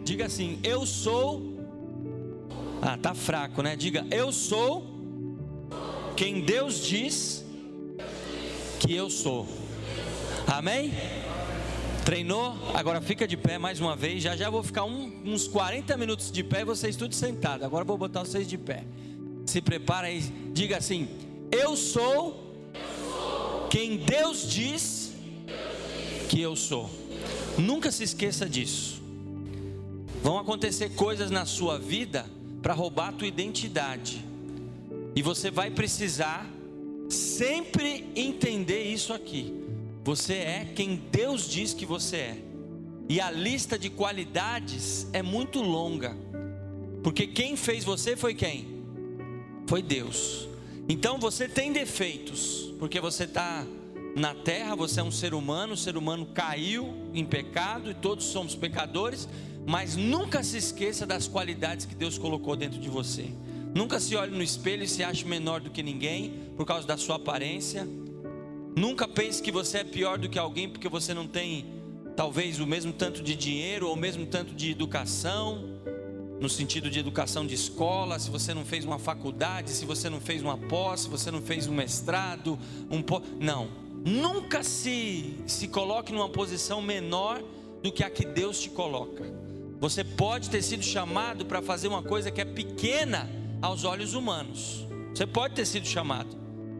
Diga assim: eu sou. Ah, tá fraco, né? Diga: eu sou quem Deus diz que eu sou. Amém? Treinou? Agora fica de pé mais uma vez. Já vou ficar uns 40 minutos de pé e vocês todos sentados. Agora vou botar vocês de pé. Se prepara aí. Diga assim: eu sou quem Deus diz que eu sou. Nunca se esqueça disso. Vão acontecer coisas na sua vida para roubar a tua identidade. E você vai precisar sempre entender isso aqui. Você é quem Deus diz que você é. E a lista de qualidades é muito longa. Porque quem fez você foi quem? Foi Deus. Então você tem defeitos, porque você está na terra, você é um ser humano. O ser humano caiu em pecado e todos somos pecadores. Mas nunca se esqueça das qualidades que Deus colocou dentro de você. Nunca se olhe no espelho e se ache menor do que ninguém por causa da sua aparência. Nunca pense que você é pior do que alguém porque você não tem talvez o mesmo tanto de dinheiro ou o mesmo tanto de educação, no sentido de educação de escola. Se você não fez uma faculdade, se você não fez uma pós, se você não fez um mestrado, não, nunca se coloque numa posição menor do que a que Deus te coloca. Você pode ter sido chamado para fazer uma coisa que é pequena aos olhos humanos. Você pode ter sido chamado.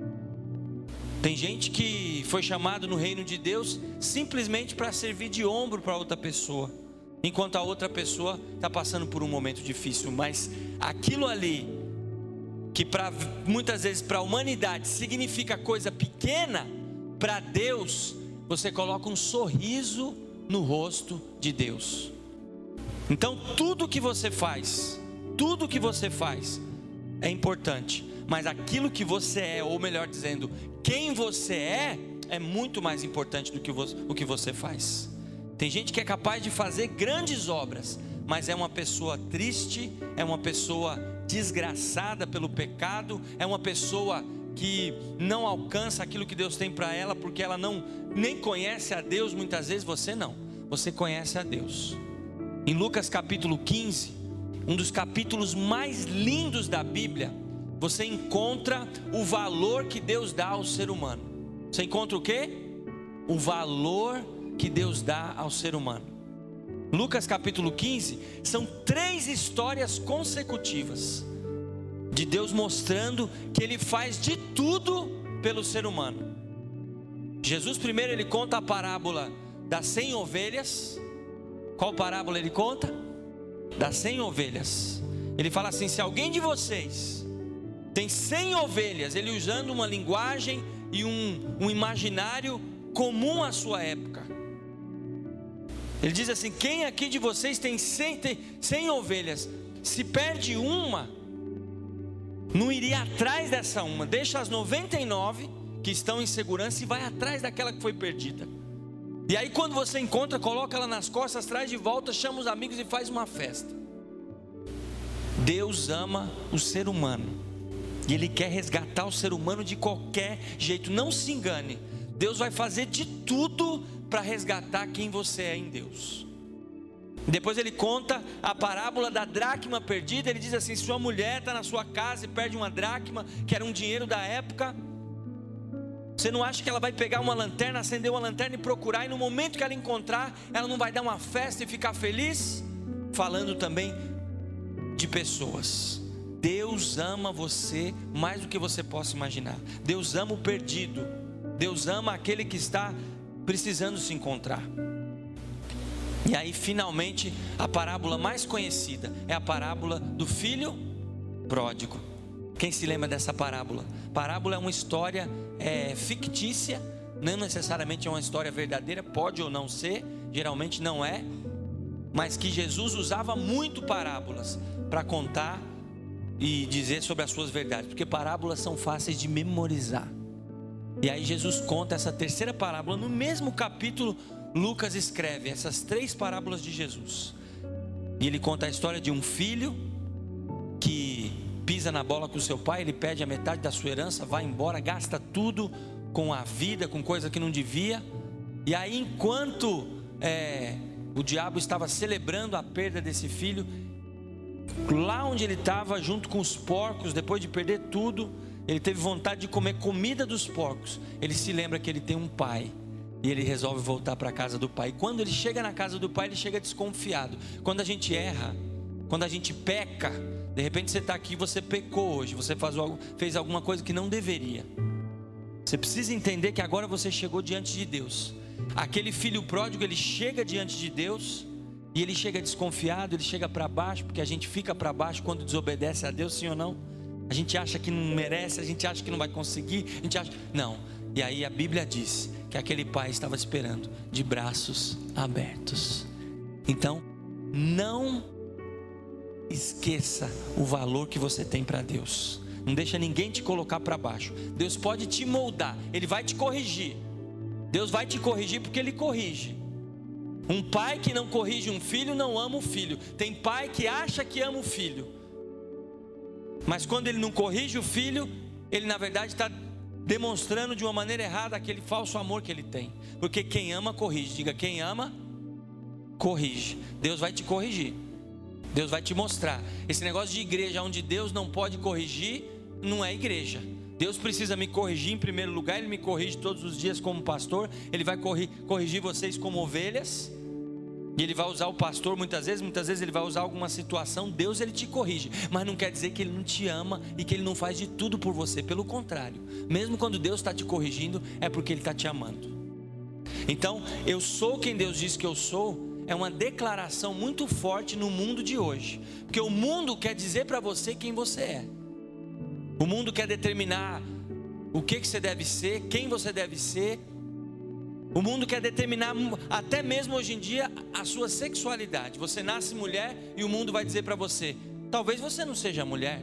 Tem gente que foi chamado no reino de Deus simplesmente para servir de ombro para outra pessoa, enquanto a outra pessoa está passando por um momento difícil. Mas aquilo ali, que muitas vezes para a humanidade significa coisa pequena, para Deus, você coloca um sorriso no rosto de Deus. Então tudo que você faz é importante. Mas aquilo que você é, ou melhor dizendo, quem você é muito mais importante do que o que você faz. Tem gente que é capaz de fazer grandes obras, mas é uma pessoa triste, é uma pessoa desgraçada pelo pecado, é uma pessoa que não alcança aquilo que Deus tem para ela, porque ela nem conhece a Deus. Muitas vezes você conhece a Deus. Em Lucas capítulo 15, um dos capítulos mais lindos da Bíblia, você encontra o valor que Deus dá ao ser humano. Você encontra o quê? O valor que Deus dá ao ser humano. Lucas capítulo 15, são 3 histórias consecutivas de Deus mostrando que Ele faz de tudo pelo ser humano. Jesus primeiro ele conta a parábola das 100 ovelhas. Qual parábola ele conta? Das 100 ovelhas. Ele fala assim: se alguém de vocês tem 100 ovelhas, ele usando uma linguagem e um imaginário comum à sua época. Ele diz assim: quem aqui de vocês tem 100 ovelhas, se perde uma, não iria atrás dessa uma, deixa as 99 que estão em segurança e vai atrás daquela que foi perdida. E aí quando você encontra, coloca ela nas costas, traz de volta, chama os amigos e faz uma festa. Deus ama o ser humano e Ele quer resgatar o ser humano de qualquer jeito. Não se engane, Deus vai fazer de tudo para resgatar quem você é em Deus. Depois ele conta a parábola da dracma perdida. Ele diz assim: sua mulher está na sua casa e perde uma dracma, que era um dinheiro da época. Você não acha que ela vai pegar uma lanterna, acender uma lanterna e procurar, e no momento que ela encontrar, ela não vai dar uma festa e ficar feliz? Falando também de pessoas. Deus ama você mais do que você possa imaginar. Deus ama o perdido. Deus ama aquele que está precisando se encontrar. E aí finalmente a parábola mais conhecida é a parábola do filho pródigo. Quem se lembra dessa parábola? Parábola é uma história fictícia, não necessariamente é uma história verdadeira, pode ou não ser, geralmente não é, mas que Jesus usava muito parábolas para contar e dizer sobre as suas verdades, porque parábolas são fáceis de memorizar. E aí Jesus conta essa terceira parábola no mesmo capítulo. Lucas escreve essas 3 parábolas de Jesus, e ele conta a história de um filho que pisa na bola com o seu pai. Ele pede a metade da sua herança, vai embora, gasta tudo com a vida, com coisa que não devia. E aí enquanto O diabo estava celebrando a perda desse filho. Lá onde ele estava, junto com os porcos, depois de perder tudo, ele teve vontade de comer comida dos porcos. Ele se lembra que ele tem um pai, e ele resolve voltar para a casa do pai. E quando ele chega na casa do pai, ele chega desconfiado. Quando a gente erra, quando a gente peca, de repente você está aqui, você pecou hoje, você fez alguma coisa que não deveria. Você precisa entender que agora você chegou diante de Deus. Aquele filho pródigo, ele chega diante de Deus, e ele chega desconfiado, ele chega para baixo, porque a gente fica para baixo quando desobedece a Deus, sim ou não? A gente acha que não merece, a gente acha que não vai conseguir, a gente acha... Não. E aí a Bíblia diz que aquele pai estava esperando de braços abertos. Então, não esqueça o valor que você tem para Deus. Não deixa ninguém te colocar para baixo. Deus pode te moldar, Ele vai te corrigir. Deus vai te corrigir porque Ele corrige. Um pai que não corrige um filho não ama o filho. Tem pai que acha que ama o filho, mas quando ele não corrige o filho, ele na verdade está demonstrando de uma maneira errada aquele falso amor que ele tem. Porque quem ama corrige. Diga, quem ama corrige. Deus vai te corrigir, Deus vai te mostrar. Esse negócio de igreja onde Deus não pode corrigir, não é igreja. Deus precisa me corrigir em primeiro lugar. Ele me corrige todos os dias como pastor. Ele vai corrigir vocês como ovelhas. E Ele vai usar o pastor muitas vezes Ele vai usar alguma situação. Deus, Ele te corrige, mas não quer dizer que Ele não te ama e que Ele não faz de tudo por você. Pelo contrário, mesmo quando Deus está te corrigindo, é porque Ele está te amando. Então, eu sou quem Deus diz que eu sou, é uma declaração muito forte no mundo de hoje. Porque o mundo quer dizer para você quem você é. O mundo quer determinar o que você deve ser, quem você deve ser. O mundo quer determinar, até mesmo hoje em dia, a sua sexualidade. Você nasce mulher e o mundo vai dizer para você: talvez você não seja mulher.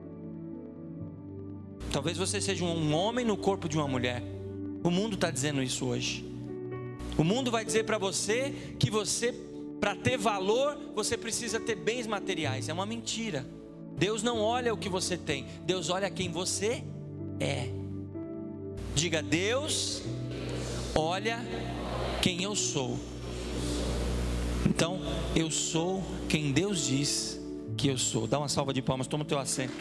Talvez você seja um homem no corpo de uma mulher. O mundo está dizendo isso hoje. O mundo vai dizer para você que você, para ter valor, você precisa ter bens materiais. É uma mentira. Deus não olha o que você tem, Deus olha quem você é. Diga, Deus olha quem eu sou. Então, eu sou quem Deus diz que eu sou. Dá uma salva de palmas, toma o teu assento.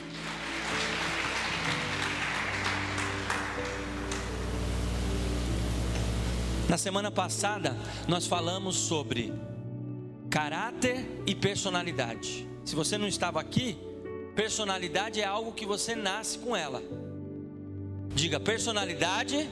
Na semana passada, nós falamos sobre caráter e personalidade. Se você não estava aqui, personalidade é algo que você nasce com ela. Diga, personalidade,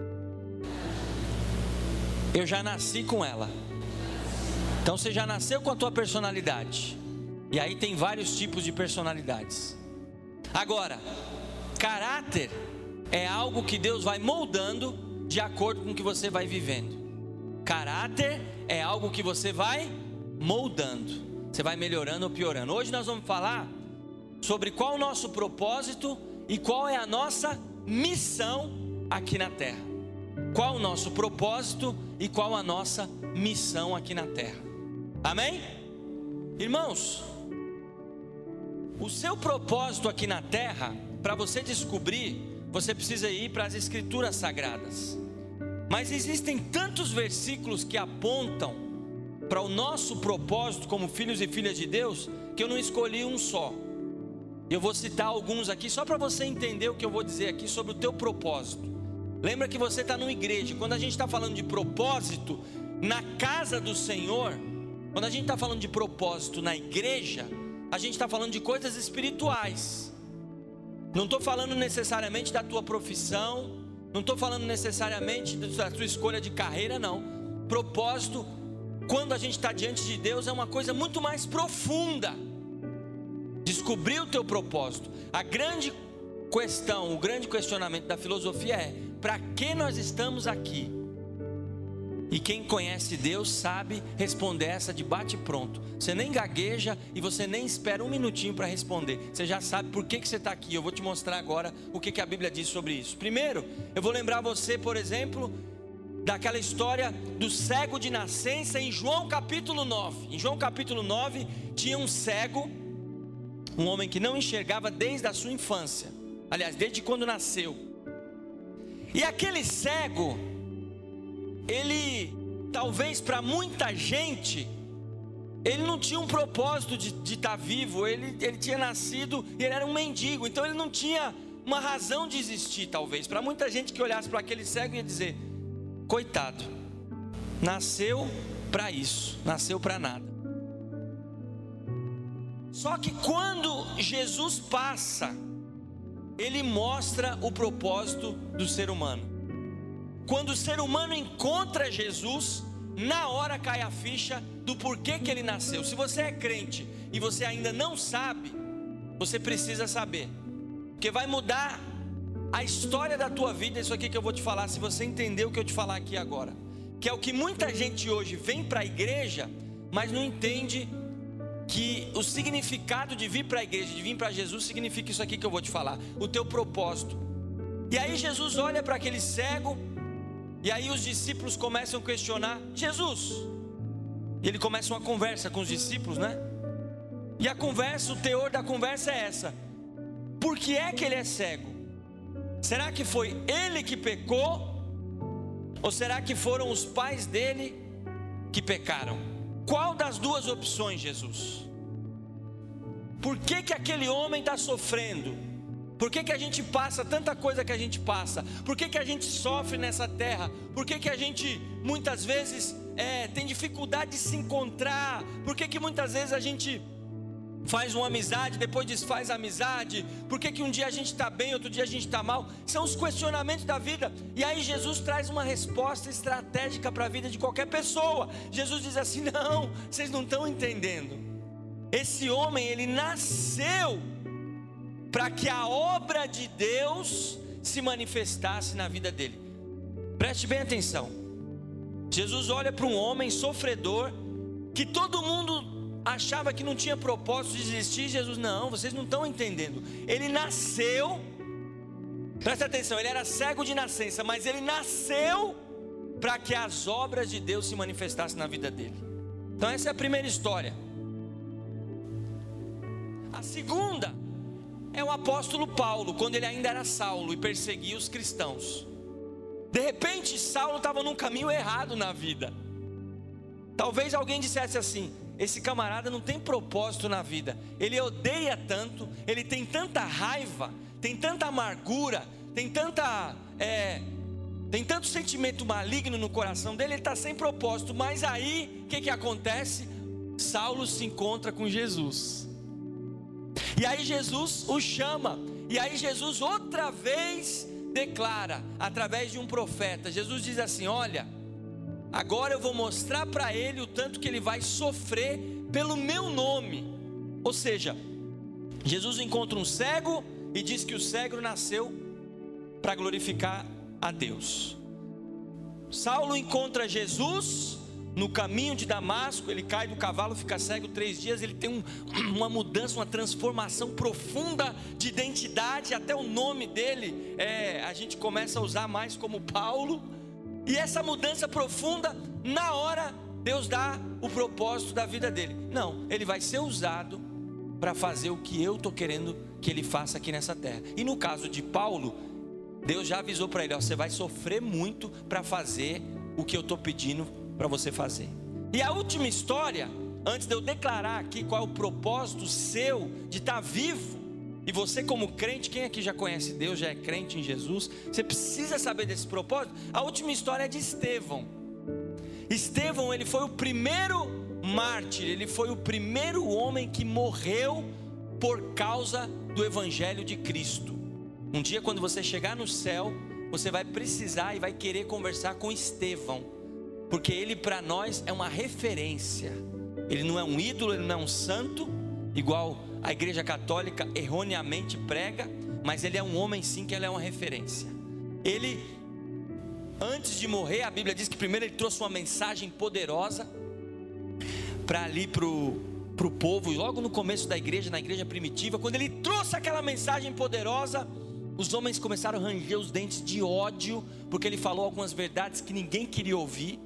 eu já nasci com ela. Então você já nasceu com a tua personalidade. E aí tem vários tipos de personalidades. Agora, caráter é algo que Deus vai moldando de acordo com o que você vai vivendo. Caráter é algo que você vai moldando. Você vai melhorando ou piorando. Hoje nós vamos falar sobre qual o nosso propósito e qual é a nossa missão aqui na terra. Qual o nosso propósito e qual a nossa missão aqui na terra. Amém? Irmãos, o seu propósito aqui na terra, para você descobrir, você precisa ir para as Escrituras Sagradas. Mas existem tantos versículos que apontam para o nosso propósito como filhos e filhas de Deus, que eu não escolhi um só. Eu vou citar alguns aqui só para você entender o que eu vou dizer aqui sobre o teu propósito. Lembra que você está numa igreja. Quando a gente está falando de propósito na casa do Senhor, quando a gente está falando de propósito na igreja, a gente está falando de coisas espirituais. Não estou falando necessariamente da tua profissão, não estou falando necessariamente da tua escolha de carreira, não. Propósito, quando a gente está diante de Deus, é uma coisa muito mais profunda. Descobrir o teu propósito. A grande questão, o grande questionamento da filosofia é: para que nós estamos aqui? E quem conhece Deus sabe responder essa de bate pronto. Você nem gagueja e você nem espera um minutinho para responder. Você já sabe por que você está aqui. Eu vou te mostrar agora o que a Bíblia diz sobre isso. Primeiro, eu vou lembrar você, por exemplo, daquela história do cego de nascença em João capítulo 9. Em João capítulo 9 tinha um cego, um homem que não enxergava desde a sua infância. Aliás, desde quando nasceu. E aquele cego, ele talvez para muita gente, ele não tinha um propósito de estar vivo, ele tinha nascido e ele era um mendigo, então ele não tinha uma razão de existir, talvez. Para muita gente que olhasse para aquele cego ia dizer: coitado, nasceu para isso, nasceu para nada. Só que quando Jesus passa, ele mostra o propósito do ser humano. Quando o ser humano encontra Jesus, na hora cai a ficha do porquê que ele nasceu. Se você é crente e você ainda não sabe, você precisa saber, porque vai mudar a história da tua vida. Isso aqui que eu vou te falar, se você entender o que eu te falar aqui agora, que é o que muita gente hoje vem para a igreja, mas não entende que o significado de vir para a igreja, de vir para Jesus, significa isso aqui que eu vou te falar, o teu propósito. E aí Jesus olha para aquele cego, e aí os discípulos começam a questionar Jesus, e ele começa uma conversa com os discípulos, né? E a conversa, o teor da conversa é essa: por que é que ele é cego? Será que foi ele que pecou? Ou será que foram os pais dele que pecaram? Qual das duas opções, Jesus? Por que que aquele homem está sofrendo? Por que que a gente passa tanta coisa que a gente passa? Por que que a gente sofre nessa terra? Por que que a gente muitas vezes tem dificuldade de se encontrar? Por que que muitas vezes a gente faz uma amizade, depois desfaz a amizade? Por que que um dia a gente está bem, outro dia a gente está mal? São os questionamentos da vida. E aí Jesus traz uma resposta estratégica para a vida de qualquer pessoa. Jesus diz assim: não, vocês não estão entendendo. Esse homem, ele nasceu para que a obra de Deus se manifestasse na vida dele. Preste bem atenção. Jesus olha para um homem sofredor, que todo mundo achava que não tinha propósito de existir. Jesus: não, vocês não estão entendendo. Ele nasceu, presta atenção, ele era cego de nascença, mas ele nasceu para que as obras de Deus se manifestassem na vida dele. Então essa é a primeira história. A segunda é o apóstolo Paulo, quando ele ainda era Saulo e perseguia os cristãos. De repente Saulo estava num caminho errado na vida. Talvez alguém dissesse assim: esse camarada não tem propósito na vida, ele odeia tanto, ele tem tanta raiva, tem tanta amargura, tem tanto sentimento maligno no coração dele, ele está sem propósito. Mas aí, o que acontece? Saulo se encontra com Jesus, e aí Jesus o chama, e aí Jesus outra vez declara, através de um profeta, Jesus diz assim: olha, agora eu vou mostrar para ele o tanto que ele vai sofrer pelo meu nome. Ou seja, Jesus encontra um cego e diz que o cego nasceu para glorificar a Deus. Saulo encontra Jesus no caminho de Damasco, ele cai do cavalo, fica cego 3 dias, ele tem uma mudança, uma transformação profunda de identidade, até o nome dele a gente começa a usar mais como Paulo. E essa mudança profunda, na hora, Deus dá o propósito da vida dele. Não, ele vai ser usado para fazer o que eu estou querendo que ele faça aqui nessa terra. E no caso de Paulo, Deus já avisou para ele: ó, você vai sofrer muito para fazer o que eu estou pedindo para você fazer. E a última história, antes de eu declarar aqui qual é o propósito seu de estar vivo, e você como crente, quem aqui já conhece Deus, já é crente em Jesus, você precisa saber desse propósito. A última história é de Estevão. Estevão, ele foi o primeiro mártir, ele foi o primeiro homem que morreu por causa do evangelho de Cristo. Um dia, quando você chegar no céu, você vai precisar e vai querer conversar com Estevão, porque ele para nós é uma referência. Ele não é um ídolo, ele não é um santo, igual a igreja católica erroneamente prega, mas ele é um homem sim, que ele é uma referência. Ele, antes de morrer, a Bíblia diz que primeiro ele trouxe uma mensagem poderosa para ali para o povo. E logo no começo da igreja, na igreja primitiva, quando ele trouxe aquela mensagem poderosa, os homens começaram a ranger os dentes de ódio, porque ele falou algumas verdades que ninguém queria ouvir.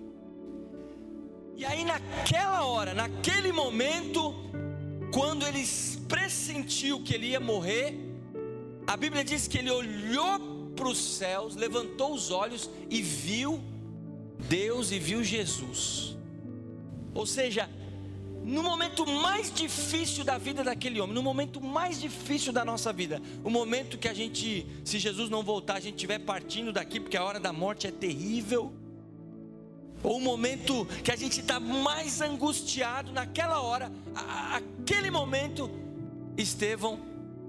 E aí naquela hora, naquele momento, quando ele pressentiu que ele ia morrer, a Bíblia diz que ele olhou para os céus, levantou os olhos e viu Deus e viu Jesus. Ou seja, no momento mais difícil da vida daquele homem, no momento mais difícil da nossa vida, o momento que a gente, se Jesus não voltar, a gente estiver partindo daqui, porque a hora da morte é terrível, ou o momento que a gente está mais angustiado, naquela hora, aquele momento, Estevão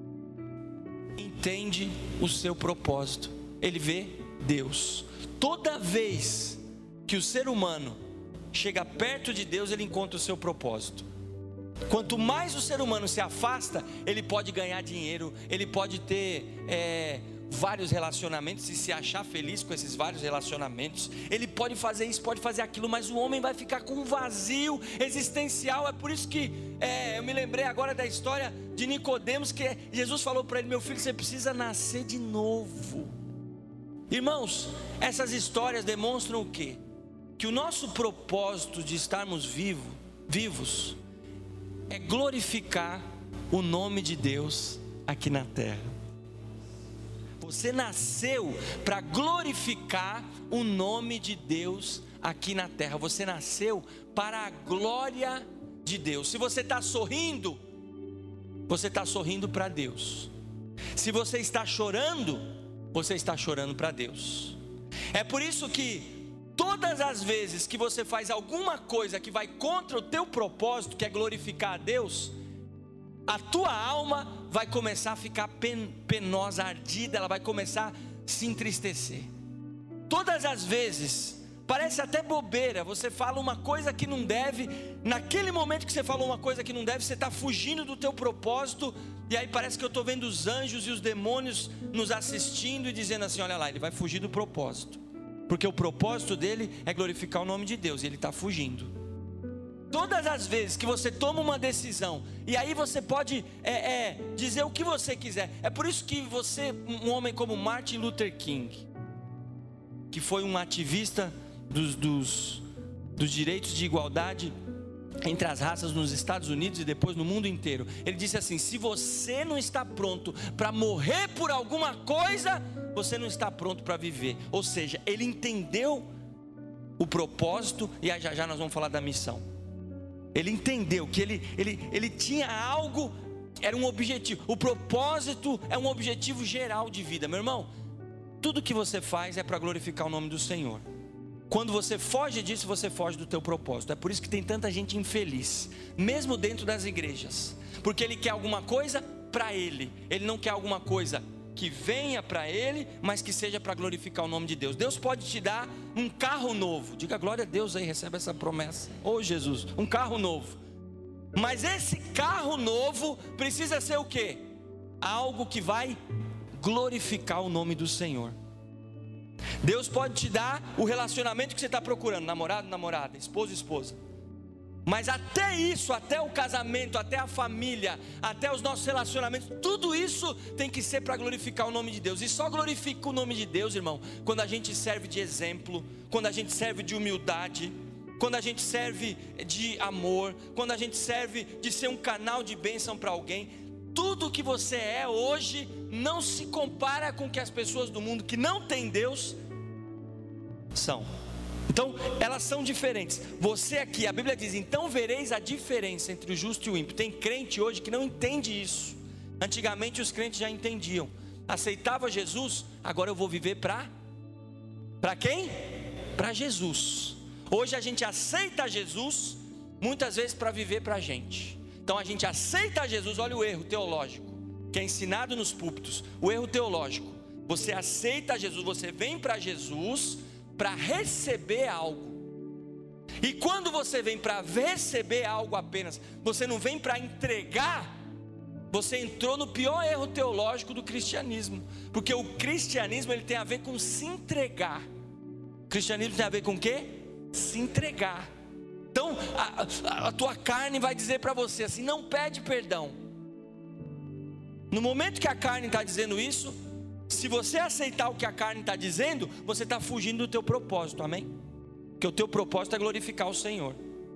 entende o seu propósito, ele vê Deus. Toda vez que o ser humano chega perto de Deus, ele encontra o seu propósito. Quanto mais o ser humano se afasta, ele pode ganhar dinheiro, ele pode ter vários relacionamentos e se achar feliz com esses vários relacionamentos, ele pode fazer isso, pode fazer aquilo, mas o homem vai ficar com um vazio existencial. É por isso que eu me lembrei agora da história de Nicodemos, que Jesus falou para ele: meu filho, você precisa nascer de novo. Irmãos, essas histórias demonstram o quê? Que o nosso propósito de estarmos vivos é glorificar o nome de Deus aqui na terra. Você nasceu para glorificar o nome de Deus aqui na terra. Você nasceu para a glória de Deus. Se você está sorrindo, você está sorrindo para Deus. Se você está chorando, você está chorando para Deus. É por isso que todas as vezes que você faz alguma coisa que vai contra o teu propósito, que é glorificar a Deus, a tua alma vai começar a ficar penosa, ardida, ela vai começar a se entristecer. Todas as vezes, parece até bobeira, você fala uma coisa que não deve, naquele momento que você falou uma coisa que não deve, você está fugindo do teu propósito, e aí parece que eu estou vendo os anjos e os demônios nos assistindo e dizendo assim: olha lá, ele vai fugir do propósito, porque o propósito dele é glorificar o nome de Deus, e ele está fugindo. Todas as vezes que você toma uma decisão, e aí você pode dizer o que você quiser. É por isso que você, um homem como Martin Luther King, que foi um ativista dos direitos de igualdade entre as raças nos Estados Unidos e depois no mundo inteiro, ele disse assim: se você não está pronto para morrer por alguma coisa, você não está pronto para viver. Ou seja, ele entendeu o propósito, e aí já nós vamos falar da missão. Ele entendeu que ele tinha algo, era um objetivo. O propósito é um objetivo geral de vida. Meu irmão, tudo que você faz é para glorificar o nome do Senhor. Quando você foge disso, você foge do teu propósito. É por isso que tem tanta gente infeliz, mesmo dentro das igrejas, porque ele quer alguma coisa para ele, ele não quer alguma coisa que venha para ele, mas que seja para glorificar o nome de Deus. Deus pode te dar um carro novo, diga glória a Deus aí, recebe essa promessa. Ô Jesus, um carro novo. Mas esse carro novo precisa ser o quê? Algo que vai glorificar o nome do Senhor. Deus pode te dar o relacionamento que você está procurando, namorado, namorada, esposo, esposa. Mas até isso, até o casamento, até a família, até os nossos relacionamentos, tudo isso tem que ser para glorificar o nome de Deus. E só glorifica o nome de Deus, irmão, quando a gente serve de exemplo, quando a gente serve de humildade, quando a gente serve de amor, quando a gente serve de ser um canal de bênção para alguém. Tudo que você é hoje não se compara com o que as pessoas do mundo que não têm Deus são. Então, elas são diferentes. Você aqui, a Bíblia diz: então vereis a diferença entre o justo e o ímpio. Tem crente hoje que não entende isso. Antigamente os crentes já entendiam. Aceitava Jesus, agora eu vou viver para quem? Para Jesus. Hoje a gente aceita Jesus, muitas vezes para viver para a gente. Então a gente aceita Jesus, olha o erro teológico, que é ensinado nos púlpitos. O erro teológico: você aceita Jesus, você vem para Jesus para receber algo. E quando você vem para receber algo apenas, você não vem para entregar, você entrou no pior erro teológico do cristianismo. Porque o cristianismo, ele tem a ver com se entregar. O cristianismo tem a ver com o quê? Se entregar. Então a tua carne vai dizer para você assim: não pede perdão. No momento que a carne está dizendo isso, se você aceitar o que a carne está dizendo, você está fugindo do teu propósito, amém? Porque o teu propósito é glorificar o Senhor.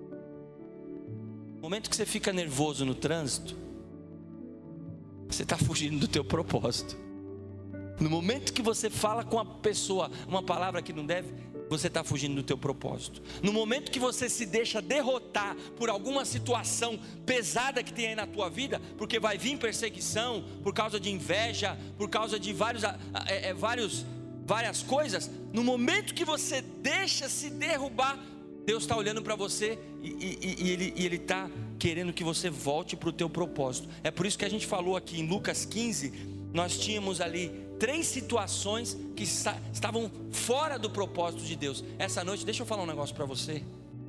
No momento que você fica nervoso no trânsito, você está fugindo do teu propósito. No momento que você fala com a pessoa uma palavra que não deve, você está fugindo do teu propósito. No momento que você se deixa derrotar por alguma situação pesada que tem aí na tua vida, porque vai vir perseguição, por causa de inveja, por causa de várias coisas, no momento que você deixa se derrubar, Deus está olhando para você e Ele está querendo que você volte para o teu propósito. É por isso que a gente falou aqui em Lucas 15, nós tínhamos ali 3 situações que estavam fora do propósito de Deus. Essa noite, deixa eu falar um negócio para você.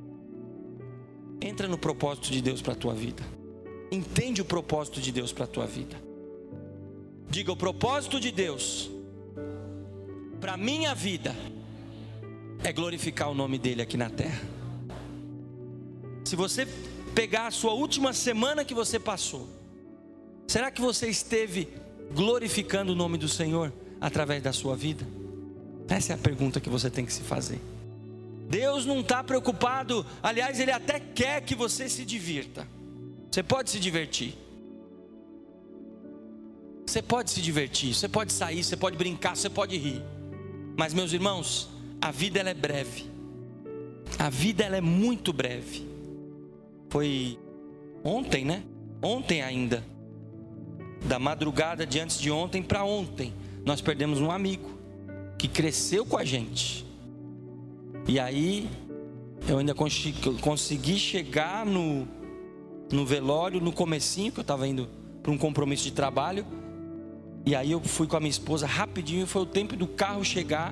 Entra no propósito de Deus para a tua vida. Entende o propósito de Deus para a tua vida. Diga: o propósito de Deus para a minha vida é glorificar o nome dEle aqui na terra. Se você pegar a sua última semana que você passou, será que você esteve glorificando o nome do Senhor através da sua vida? Essa é a pergunta que você tem que se fazer. Deus não está preocupado, aliás, Ele até quer que você se divirta. Você pode se divertir. Você pode se divertir, você pode sair, você pode brincar, você pode rir. Mas, meus irmãos, a vida ela é breve. A vida ela é muito breve. Foi ontem, né? Ontem ainda. Da madrugada de antes de ontem para ontem, nós perdemos um amigo que cresceu com a gente. E aí eu ainda consegui chegar no velório no comecinho, que eu estava indo para um compromisso de trabalho. E aí eu fui com a minha esposa rapidinho, e foi o tempo do carro chegar,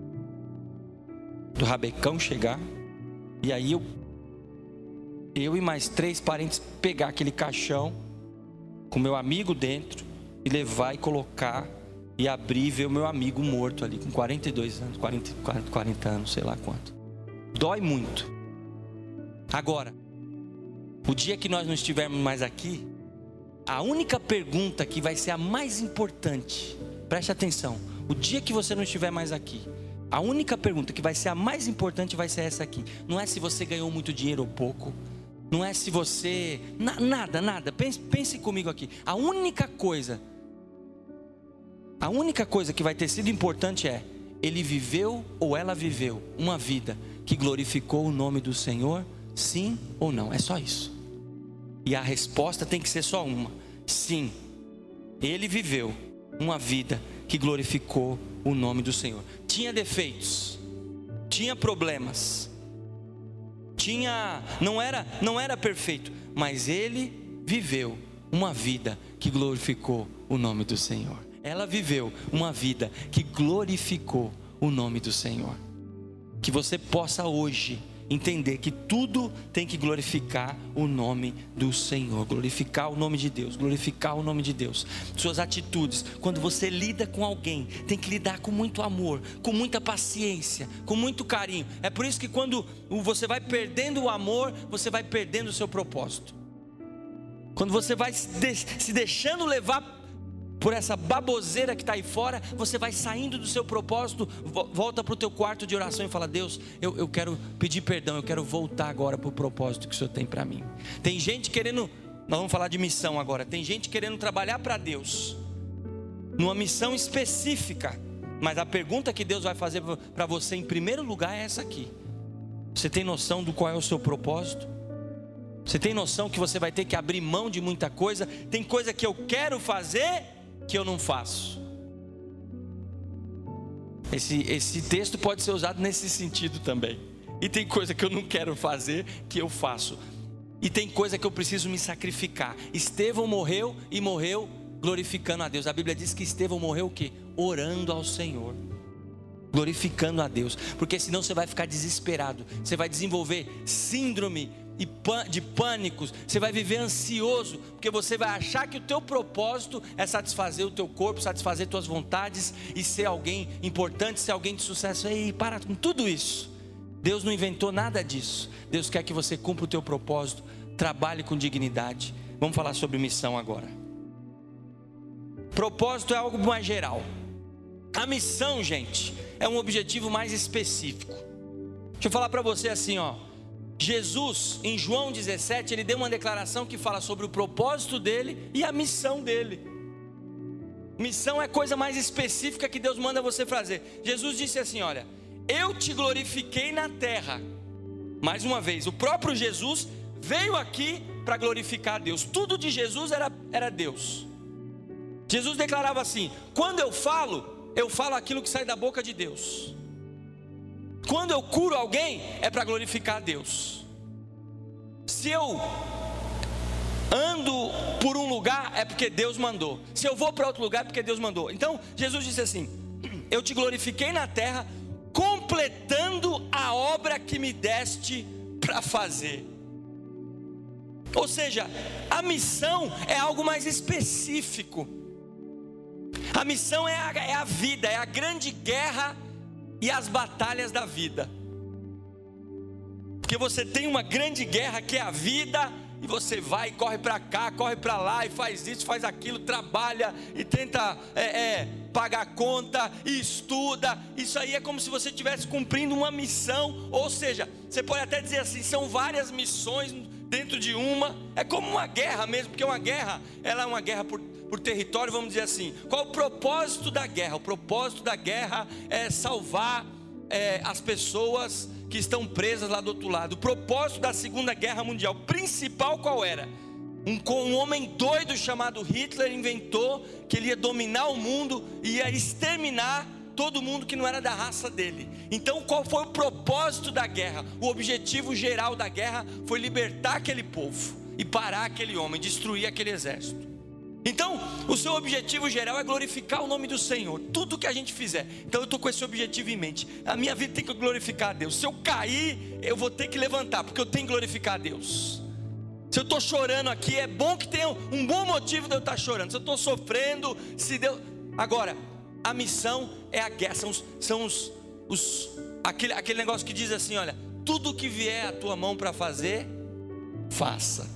do rabecão chegar. E aí eu e mais 3 parentes pegar aquele caixão com meu amigo dentro e levar e colocar e abrir e ver o meu amigo morto ali com 42 anos, 40 anos, sei lá quanto. Dói muito. Agora, o dia que nós não estivermos mais aqui, a única pergunta que vai ser a mais importante, preste atenção, o dia que você não estiver mais aqui, a única pergunta que vai ser a mais importante vai ser essa aqui. Não é se você ganhou muito dinheiro ou pouco, não é se você... Nada. Pense comigo aqui. A única coisa que vai ter sido importante é: ele viveu ou ela viveu uma vida que glorificou o nome do Senhor? Sim ou não? É só isso. E a resposta tem que ser só uma: sim. Ele viveu uma vida que glorificou o nome do Senhor. Tinha defeitos, tinha problemas, não era perfeito, mas ele viveu uma vida que glorificou o nome do Senhor. Ela viveu uma vida que glorificou o nome do Senhor. Que você possa hoje entender que tudo tem que glorificar o nome do Senhor, glorificar o nome de Deus, glorificar o nome de Deus. Suas atitudes, quando você lida com alguém, tem que lidar com muito amor, com muita paciência, com muito carinho. É por isso que quando você vai perdendo o amor, você vai perdendo o seu propósito. Quando você vai se deixando levar por essa baboseira que está aí fora, você vai saindo do seu propósito, volta para o teu quarto de oração e fala: Deus, eu quero pedir perdão, eu quero voltar agora para o propósito que o Senhor tem para mim. Tem gente querendo, nós vamos falar de missão agora, tem gente querendo trabalhar para Deus, numa missão específica, mas a pergunta que Deus vai fazer para você em primeiro lugar é essa aqui: você tem noção do qual é o seu propósito? Você tem noção que você vai ter que abrir mão de muita coisa? Tem coisa que eu quero fazer que eu não faço. Esse texto pode ser usado nesse sentido também. E tem coisa que eu não quero fazer que eu faço. E tem coisa que eu preciso me sacrificar. Estevão morreu e morreu glorificando a Deus. A Bíblia diz que Estevão morreu o quê? Orando ao Senhor, glorificando a Deus. Porque senão você vai ficar desesperado, você vai desenvolver síndrome de pânicos, você vai viver ansioso, porque você vai achar que o teu propósito é satisfazer o teu corpo, satisfazer tuas vontades e ser alguém importante, ser alguém de sucesso. Ei, para com tudo isso. Deus não inventou nada disso. Deus quer que você cumpra o teu propósito, trabalhe com dignidade. Vamos falar sobre missão agora. Propósito é algo mais geral. A missão, gente, é um objetivo mais específico. Deixa eu falar para você assim, ó. Jesus, em João 17, ele deu uma declaração que fala sobre o propósito dele e a missão dele. Missão é coisa mais específica que Deus manda você fazer. Jesus disse assim: olha, eu te glorifiquei na terra. Mais uma vez, o próprio Jesus veio aqui para glorificar a Deus. Tudo de Jesus era Deus. Jesus declarava assim: quando eu falo aquilo que sai da boca de Deus. Quando eu curo alguém, é para glorificar a Deus. Se eu ando por um lugar, é porque Deus mandou. Se eu vou para outro lugar, é porque Deus mandou. Então Jesus disse assim: eu te glorifiquei na terra, completando a obra que me deste para fazer. Ou seja, a missão é algo mais específico. A missão é a vida, é a grande guerra e as batalhas da vida. Porque você tem uma grande guerra que é a vida, e você vai e corre para cá, corre para lá, e faz isso, faz aquilo, trabalha e tenta pagar conta e estuda. Isso aí é como se você estivesse cumprindo uma missão. Ou seja, você pode até dizer assim, são várias missões dentro de uma. É como uma guerra mesmo, porque uma guerra, ela é uma guerra por território, vamos dizer assim. Qual o propósito da guerra? O propósito da guerra é salvar as pessoas que estão presas lá do outro lado. O propósito da Segunda Guerra Mundial principal qual era? Um homem doido chamado Hitler inventou que ele ia dominar o mundo e ia exterminar todo mundo que não era da raça dele. Então qual foi o propósito da guerra? O objetivo geral da guerra foi libertar aquele povo e parar aquele homem, destruir aquele exército. Então o seu objetivo geral é glorificar o nome do Senhor, tudo que a gente fizer. Então eu estou com esse objetivo em mente. A minha vida tem que glorificar a Deus. Se eu cair, eu vou ter que levantar, porque eu tenho que glorificar a Deus. Se eu estou chorando aqui, é bom que tenha um bom motivo de eu estar chorando. Se eu estou sofrendo, se Deus... Agora, a missão é a guerra. Aquele negócio que diz assim, olha, tudo que vier à tua mão para fazer, faça.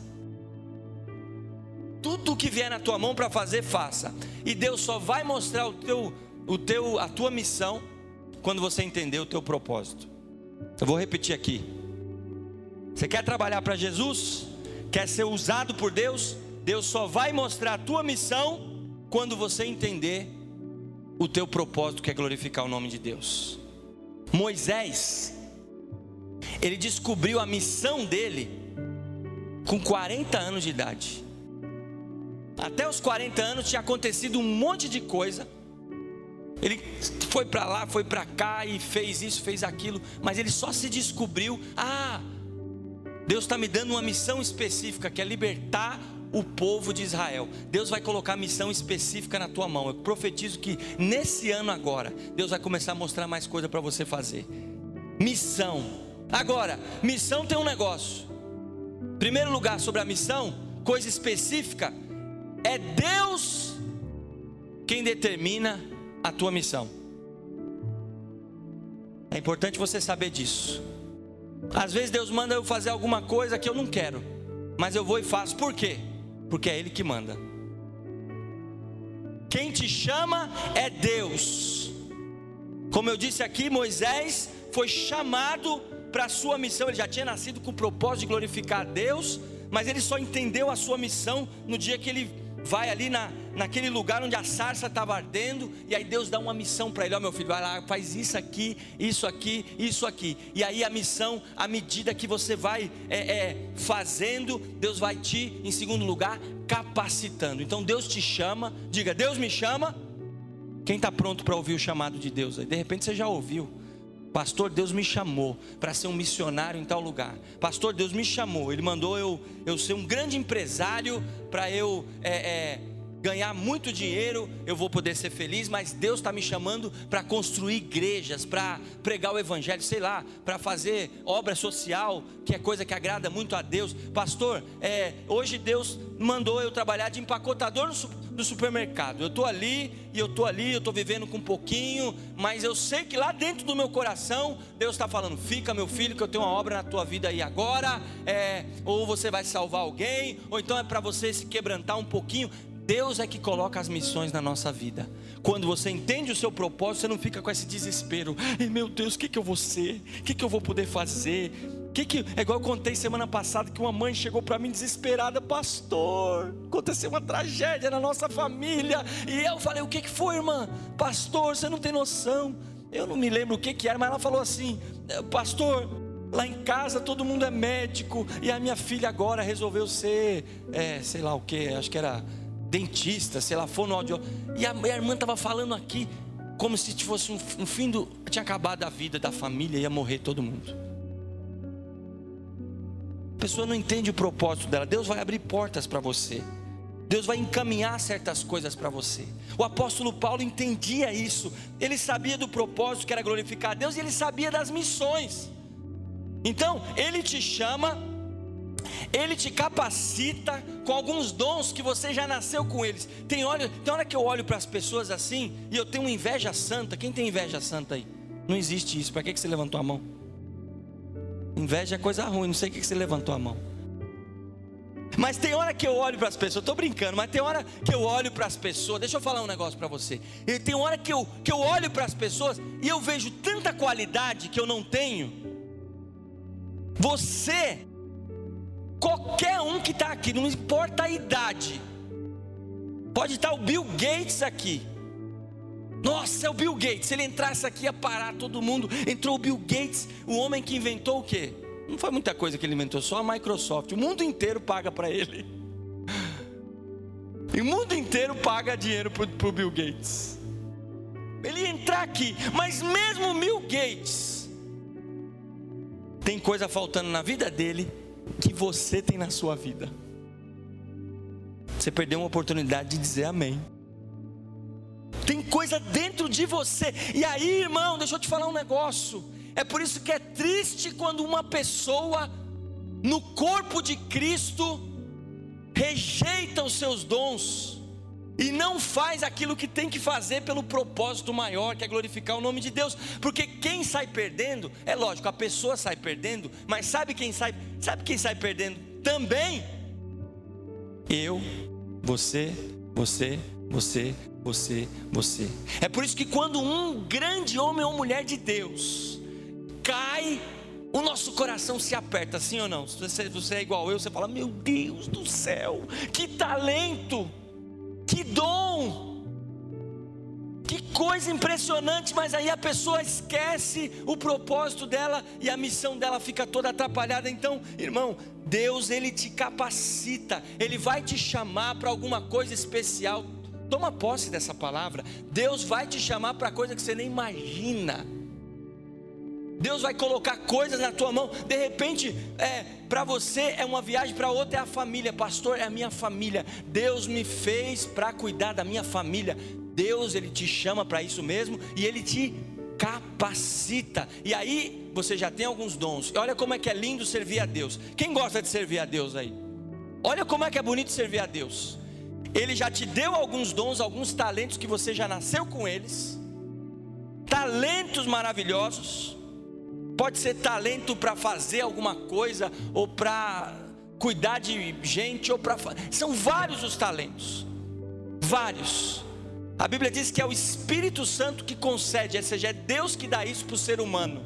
Tudo que vier na tua mão para fazer, faça. E Deus só vai mostrar a tua missão quando você entender o teu propósito. Eu vou repetir aqui. Você quer trabalhar para Jesus? Quer ser usado por Deus? Deus só vai mostrar a tua missão quando você entender o teu propósito, que é glorificar o nome de Deus. Moisés, ele descobriu a missão dele com 40 anos de idade. Até os 40 anos tinha acontecido um monte de coisa. Ele foi para lá, foi para cá e fez isso, fez aquilo. Mas ele só se descobriu: Deus está me dando uma missão específica, que é libertar o povo de Israel. Deus vai colocar missão específica na tua mão. Eu profetizo que nesse ano agora, Deus vai começar a mostrar mais coisa para você fazer. Missão. Agora, missão tem um negócio. Primeiro lugar, sobre a missão, coisa específica, é Deus quem determina a tua missão. É importante você saber disso. Às vezes Deus manda eu fazer alguma coisa que eu não quero, mas eu vou e faço. Por quê? Porque é Ele que manda. Quem te chama é Deus. Como eu disse aqui, Moisés foi chamado para a sua missão. Ele já tinha nascido com o propósito de glorificar a Deus, mas ele só entendeu a sua missão no dia que ele vai ali naquele lugar onde a sarça estava ardendo. E aí Deus dá uma missão para ele: ó, meu filho, vai lá, faz isso aqui, isso aqui, isso aqui. E aí a missão, à medida que você vai fazendo, Deus vai te, em segundo lugar, capacitando. Então Deus te chama. Diga: Deus me chama. Quem está pronto para ouvir o chamado de Deus? De repente você já ouviu: pastor, Deus me chamou para ser um missionário em tal lugar. Pastor, Deus me chamou, Ele mandou eu ser um grande empresário para eu ganhar muito dinheiro, eu vou poder ser feliz. Mas Deus está me chamando para construir igrejas, para pregar o evangelho, sei lá, para fazer obra social, que é coisa que agrada muito a Deus. Pastor, hoje Deus mandou eu trabalhar de empacotador no supermercado. Eu estou ali, eu estou vivendo com um pouquinho, mas eu sei que lá dentro do meu coração Deus está falando: fica, meu filho, que eu tenho uma obra na tua vida aí agora. Ou você vai salvar alguém, ou então é para você se quebrantar um pouquinho. Deus é que coloca as missões na nossa vida. Quando você entende o seu propósito, você não fica com esse desespero: meu Deus, o que eu vou ser? O que eu vou poder fazer? É igual eu contei semana passada, que uma mãe chegou para mim desesperada: pastor, aconteceu uma tragédia na nossa família. E eu falei: o que foi, irmã? Pastor, você não tem noção. eu não me lembro o que era, mas ela falou assim: pastor, lá em casa todo mundo é médico, e a minha filha agora resolveu ser, sei lá o que, acho que era dentista, sei lá, fonoaudiólogo. E a irmã estava falando aqui, como se fosse um fim tinha acabado a vida da família, ia morrer todo mundo. A pessoa não entende o propósito dela. Deus vai abrir portas para você, Deus vai encaminhar certas coisas para você. O apóstolo Paulo entendia isso. Ele sabia do propósito que era glorificar a Deus, e ele sabia das missões. Então ele te chama, ele te capacita com alguns dons que você já nasceu com eles. Tem hora que eu olho para as pessoas assim, e eu tenho uma inveja santa. Quem tem inveja santa aí? Não existe isso. Para que você levantou a mão? Inveja é coisa ruim, não sei o que você levantou a mão. Mas tem hora que eu olho para as pessoas, estou brincando, mas tem hora que eu olho para as pessoas. Deixa eu falar um negócio para você. E tem hora que eu olho para as pessoas e eu vejo tanta qualidade que eu não tenho. Você, qualquer um que está aqui, não importa a idade, pode estar o Bill Gates aqui. Nossa, é o Bill Gates. Se ele entrasse aqui ia parar todo mundo. Entrou o Bill Gates, o homem que inventou o quê? Não foi muita coisa que ele inventou, só a Microsoft. O mundo inteiro paga para ele. E o mundo inteiro paga dinheiro para o Bill Gates. Ele ia entrar aqui, mas mesmo o Bill Gates tem coisa faltando na vida dele que você tem na sua vida. Você perdeu uma oportunidade de dizer amém. Tem coisa dentro de você. E aí, irmão, deixa eu te falar um negócio. É por isso que é triste quando uma pessoa no corpo de Cristo rejeita os seus dons e não faz aquilo que tem que fazer pelo propósito maior, que é glorificar o nome de Deus. Porque quem sai perdendo, é lógico, a pessoa sai perdendo, mas sabe quem sai perdendo também? Eu, você. É por isso que quando um grande homem ou mulher de Deus cai, o nosso coração se aperta, sim ou não? Se você é igual eu, você fala: meu Deus do céu, que talento, que dom, que coisa impressionante. Mas aí a pessoa esquece o propósito dela e a missão dela fica toda atrapalhada. Então, irmão, Deus, Ele te capacita, Ele vai te chamar para alguma coisa especial. Toma posse dessa palavra. Deus vai te chamar para coisa que você nem imagina. Deus vai colocar coisas na tua mão. De repente, para você é uma viagem, para outra é a família. Pastor, é a minha família. Deus me fez para cuidar da minha família. Deus, Ele te chama para isso mesmo, e Ele te capacita. E aí você já tem alguns dons. E olha como é que é lindo servir a Deus. Quem gosta de servir a Deus aí? Olha como é que é bonito servir a Deus. Ele já te deu alguns dons, alguns talentos que você já nasceu com eles. Talentos maravilhosos. Pode ser talento para fazer alguma coisa, ou para cuidar de gente, ou para... São vários os talentos. Vários. A Bíblia diz que é o Espírito Santo que concede, ou seja, é Deus que dá isso para o ser humano.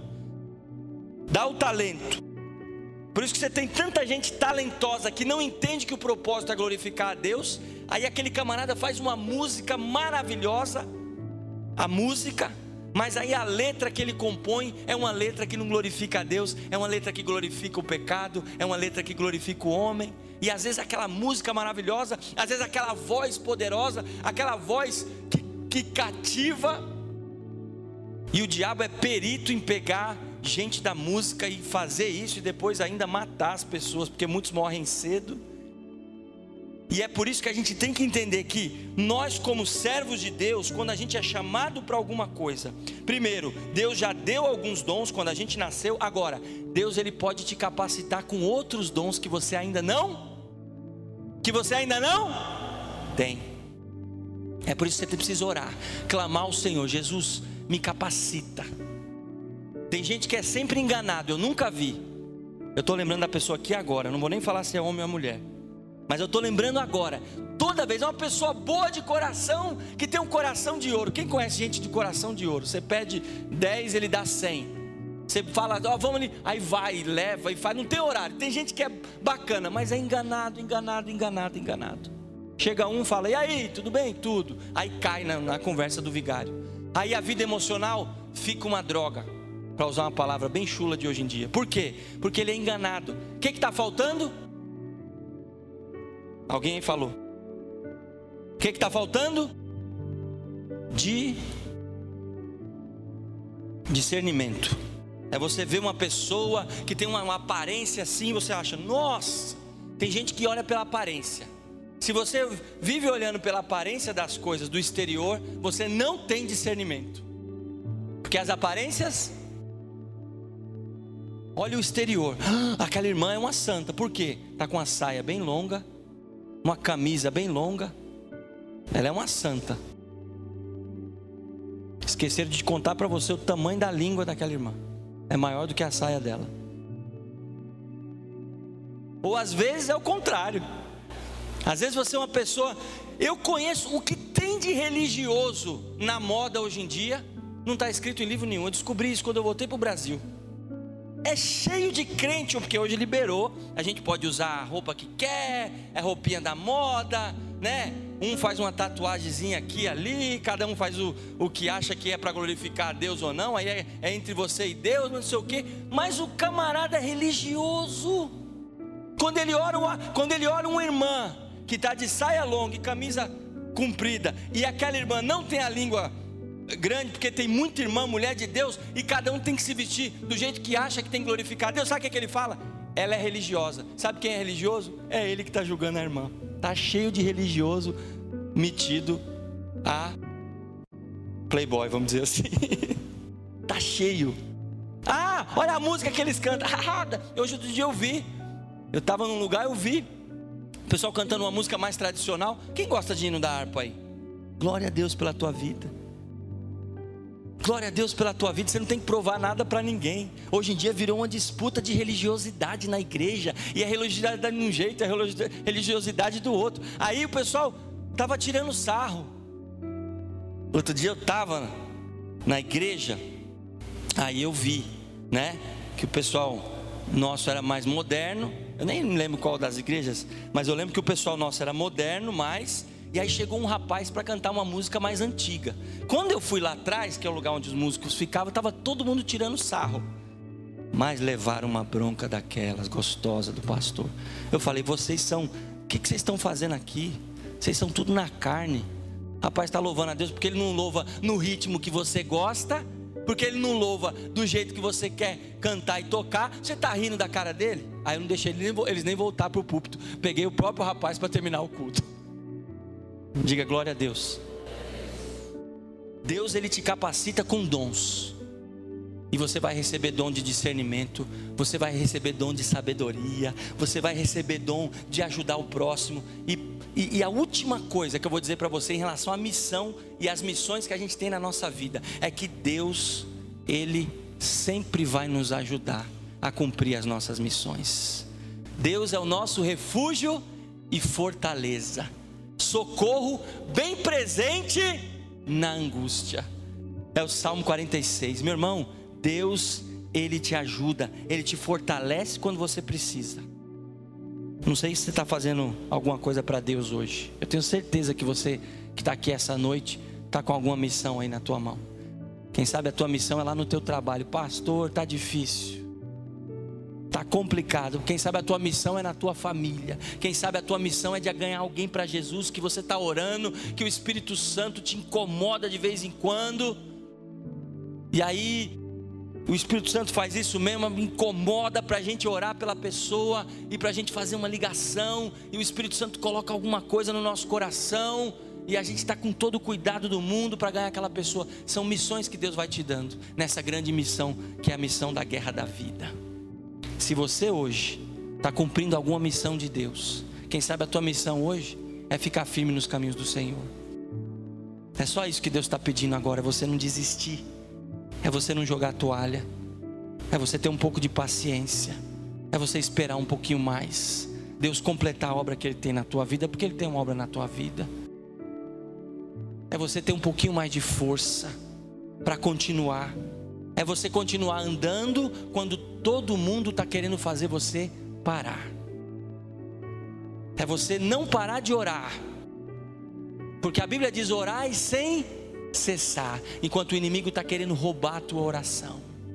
Dá o talento. Por isso que você tem tanta gente talentosa que não entende que o propósito é glorificar a Deus. Aí aquele camarada faz uma música maravilhosa, a música, mas aí a letra que ele compõe é uma letra que não glorifica a Deus, é uma letra que glorifica o pecado, é uma letra que glorifica o homem. E às vezes aquela música maravilhosa, às vezes aquela voz poderosa, aquela voz que cativa, e o diabo é perito em pegar gente da música e fazer isso, e depois ainda matar as pessoas, porque muitos morrem cedo. E é por isso que a gente tem que entender que nós, como servos de Deus, quando a gente é chamado para alguma coisa, primeiro, Deus já deu alguns dons quando a gente nasceu. Agora, Deus, Ele pode te capacitar com outros dons que você ainda não tem. É por isso que você precisa orar, clamar ao Senhor: Jesus, me capacita. Tem gente que é sempre enganado, eu nunca vi. Eu estou lembrando da pessoa aqui agora, eu não vou nem falar se é homem ou mulher, mas eu estou lembrando agora. Toda vez é uma pessoa boa de coração, que tem um coração de ouro. Quem conhece gente de coração de ouro? Você pede 10, ele dá 100. Você fala: ó, vamos ali, aí vai, leva e faz, não tem horário. Tem gente que é bacana, mas é enganado. Chega um e fala: e aí, tudo bem? Tudo. Aí cai na conversa do vigário. Aí a vida emocional fica uma droga, para usar uma palavra bem chula de hoje em dia. Por quê? Porque ele é enganado. O que está faltando? Alguém aí falou. O que está faltando? Discernimento. É você ver uma pessoa que tem uma aparência assim, você acha, nossa, tem gente que olha pela aparência. Se você vive olhando pela aparência das coisas do exterior, você não tem discernimento. Porque as aparências, olha o exterior, aquela irmã é uma santa. Por quê? Está com uma saia bem longa, uma camisa bem longa, ela é uma santa. Esqueceram de contar para você o tamanho da língua daquela irmã, é maior do que a saia dela. Ou às vezes é o contrário. Às vezes você é uma pessoa, eu conheço o que tem de religioso na moda hoje em dia, não está escrito em livro nenhum. Eu descobri isso quando eu voltei para o Brasil. É cheio de crente, porque hoje liberou, a gente pode usar a roupa que quer, é roupinha da moda, né? Um faz uma tatuagemzinha aqui e ali, cada um faz o que acha que é para glorificar a Deus ou não, aí é entre você e Deus, não sei o quê. Mas o camarada é religioso. Quando ele olha uma irmã que está de saia longa e camisa comprida, e aquela irmã não tem a língua grande, porque tem muita irmã, mulher de Deus, e cada um tem que se vestir do jeito que acha que tem que glorificar a Deus, sabe o que ele fala? Ela é religiosa. Sabe quem é religioso? É ele que está julgando a irmã. Está cheio de religioso metido a playboy, vamos dizer assim. Está cheio. Ah, olha a música que eles cantam. Hoje outro dia eu vi, eu estava num lugar, eu vi o pessoal cantando uma música mais tradicional. Quem gosta de hino da harpa aí? Glória a Deus pela tua vida. Glória a Deus pela tua vida. Você não tem que provar nada para ninguém. Hoje em dia virou uma disputa de religiosidade na igreja, e a religiosidade de um jeito, a religiosidade do outro. Aí o pessoal estava tirando sarro. Outro dia eu estava na igreja, aí eu vi, né, que o pessoal nosso era mais moderno. Eu nem lembro qual das igrejas, mas eu lembro que o pessoal nosso era moderno mais. E aí chegou um rapaz para cantar uma música mais antiga. Quando eu fui lá atrás, que é o lugar onde os músicos ficavam, estava todo mundo tirando sarro. Mas levaram uma bronca daquelas, gostosa do pastor. Eu falei, vocês são, o que vocês estão fazendo aqui? Vocês são tudo na carne. O rapaz está louvando a Deus porque ele não louva no ritmo que você gosta, porque ele não louva do jeito que você quer cantar e tocar. Você está rindo da cara dele? Aí eu não deixei eles nem voltar para o púlpito. Peguei o próprio rapaz para terminar o culto. Diga glória a Deus. Deus, ele te capacita com dons, e você vai receber dom de discernimento, você vai receber dom de sabedoria, você vai receber dom de ajudar o próximo. E a última coisa que eu vou dizer para você em relação à missão e às missões que a gente tem na nossa vida, é que Deus, ele sempre vai nos ajudar a cumprir as nossas missões. Deus é o nosso refúgio e fortaleza, socorro bem presente na angústia. É o Salmo 46. Meu irmão, Deus, ele te ajuda, ele te fortalece quando você precisa. Não sei se você está fazendo alguma coisa para Deus hoje. Eu tenho certeza que você que está aqui essa noite está com alguma missão aí na tua mão. Quem sabe a tua missão é lá no teu trabalho. Pastor, está difícil, está complicado. Quem sabe a tua missão é na tua família. Quem sabe a tua missão é de ganhar alguém para Jesus, que você está orando, que o Espírito Santo te incomoda de vez em quando. E aí o Espírito Santo faz isso mesmo, me incomoda para a gente orar pela pessoa e para a gente fazer uma ligação. E o Espírito Santo coloca alguma coisa no nosso coração, e a gente está com todo o cuidado do mundo para ganhar aquela pessoa. São missões que Deus vai te dando nessa grande missão, que é a missão da guerra da vida. Se você hoje está cumprindo alguma missão de Deus, quem sabe a tua missão hoje é ficar firme nos caminhos do Senhor. É só isso que Deus está pedindo agora, é você não desistir, é você não jogar a toalha, é você ter um pouco de paciência, é você esperar um pouquinho mais, Deus completar a obra que Ele tem na tua vida, porque Ele tem uma obra na tua vida. É você ter um pouquinho mais de força para continuar. É você continuar andando quando todo mundo está querendo fazer você parar. É você não parar de orar, porque a Bíblia diz: orai sem cessar, enquanto o inimigo está querendo roubar a tua oração.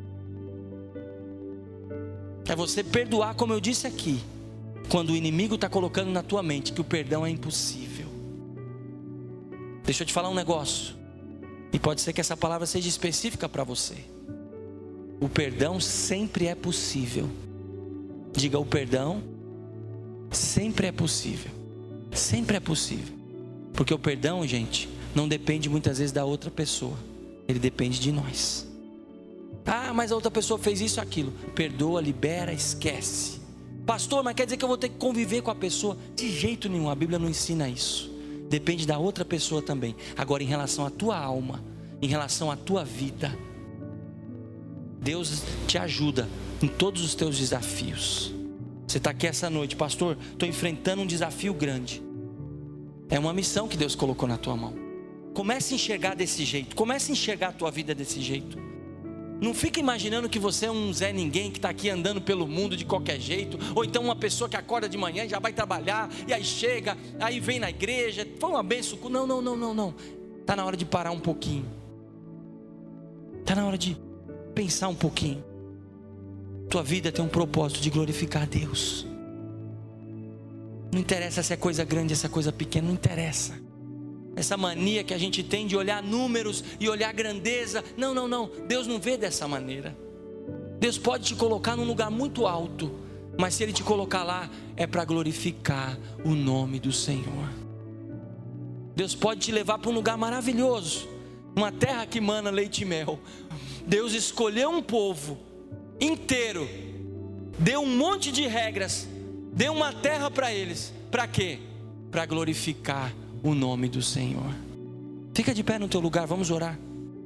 É você perdoar, como eu disse aqui, quando o inimigo está colocando na tua mente que o perdão é impossível. Deixa eu te falar um negócio, e pode ser que essa palavra seja específica para você. O perdão sempre é possível. Diga, o perdão sempre é possível. Sempre é possível. Porque o perdão, gente, não depende muitas vezes da outra pessoa. Ele depende de nós. Ah, mas a outra pessoa fez isso, aquilo. Perdoa, libera, esquece. Pastor, mas quer dizer que eu vou ter que conviver com a pessoa? De jeito nenhum, a Bíblia não ensina isso. Depende da outra pessoa também. Agora, em relação à tua alma, em relação à tua vida, Deus te ajuda em todos os teus desafios. Você está aqui essa noite, pastor, estou enfrentando um desafio grande. É uma missão que Deus colocou na tua mão. Comece a enxergar desse jeito. Comece a enxergar a tua vida desse jeito. Não fica imaginando que você é um Zé Ninguém que está aqui andando pelo mundo de qualquer jeito. Ou então uma pessoa que acorda de manhã e já vai trabalhar, e aí chega, aí vem na igreja, foi uma benção. Não. Está na hora de parar um pouquinho. Está na hora de pensar um pouquinho. Tua vida tem um propósito de glorificar a Deus. Não interessa se é coisa grande, se é coisa pequena, não interessa. Essa mania que a gente tem de olhar números e olhar grandeza. Não. Deus não vê dessa maneira. Deus pode te colocar num lugar muito alto, mas se Ele te colocar lá, é para glorificar o nome do Senhor. Deus pode te levar para um lugar maravilhoso, uma terra que mana leite e mel. Deus escolheu um povo inteiro, deu um monte de regras, deu uma terra para eles. Para quê? Para glorificar o nome do Senhor. Fica de pé no teu lugar, vamos orar.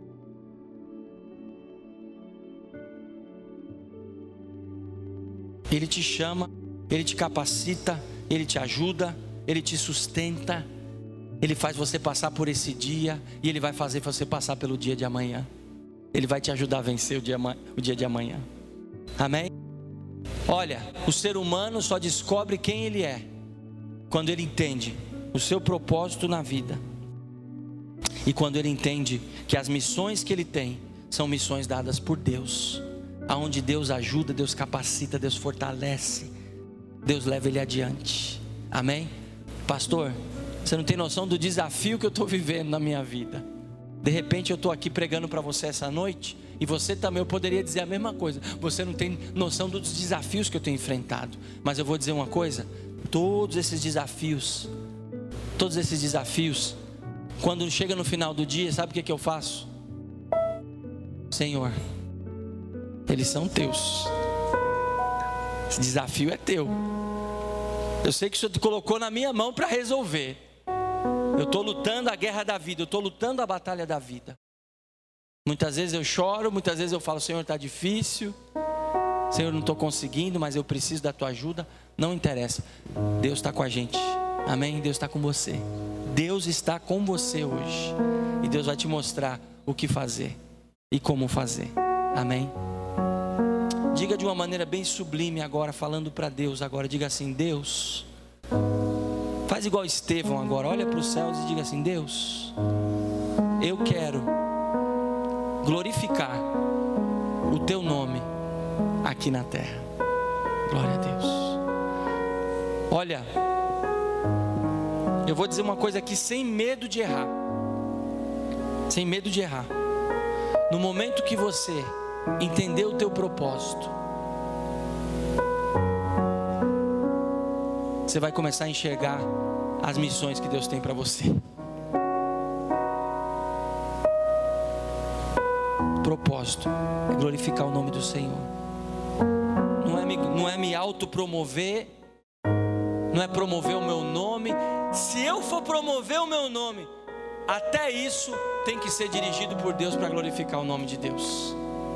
Ele te chama, Ele te capacita, Ele te ajuda, Ele te sustenta, Ele faz você passar por esse dia, e Ele vai fazer você passar pelo dia de amanhã. Ele vai te ajudar a vencer o dia de amanhã. Amém? Olha, o ser humano só descobre quem ele é quando ele entende o seu propósito na vida, e quando ele entende que as missões que ele tem são missões dadas por Deus, aonde Deus ajuda, Deus capacita, Deus fortalece, Deus leva ele adiante. Amém? Pastor, você não tem noção do desafio que eu estou vivendo na minha vida. De repente eu estou aqui pregando para você essa noite, e você também, eu poderia dizer a mesma coisa. Você não tem noção dos desafios que eu tenho enfrentado. Mas eu vou dizer uma coisa: todos esses desafios, quando chega no final do dia, sabe o que eu faço? Senhor, eles são teus. Esse desafio é teu. Eu sei que o Senhor te colocou na minha mão para resolver. Eu estou lutando a guerra da vida, eu estou lutando a batalha da vida. Muitas vezes eu choro, muitas vezes eu falo: Senhor, está difícil, Senhor, não estou conseguindo, mas eu preciso da tua ajuda. Não interessa, Deus está com a gente. Amém? Deus está com você. Deus está com você hoje, e Deus vai te mostrar o que fazer e como fazer. Amém? Diga de uma maneira bem sublime agora, falando para Deus agora. Diga assim: Deus, faz igual Estevão agora, olha para os céus e diga assim: Deus, eu quero glorificar o teu nome aqui na terra. Glória a Deus. Olha, eu vou dizer uma coisa aqui sem medo de errar. Sem medo de errar. No momento que você entender o teu propósito, você vai começar a enxergar as missões que Deus tem para você. Propósito é glorificar o nome do Senhor. Não é me autopromover, não é promover o meu nome. Se eu for promover o meu nome, até isso tem que ser dirigido por Deus para glorificar o nome de Deus.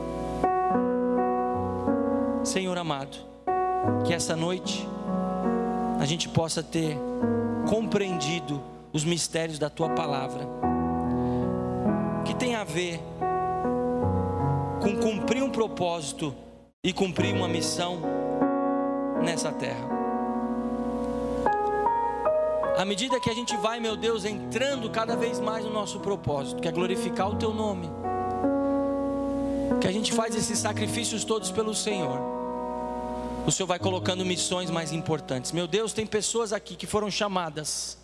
Senhor amado, que essa noite a gente possa ter compreendido os mistérios da tua palavra, que tem a ver com cumprir um propósito e cumprir uma missão nessa terra. À medida que a gente vai, meu Deus, entrando cada vez mais no nosso propósito, que é glorificar o Teu nome, que a gente faz esses sacrifícios todos pelo Senhor, o Senhor vai colocando missões mais importantes. Meu Deus, tem pessoas aqui que foram chamadas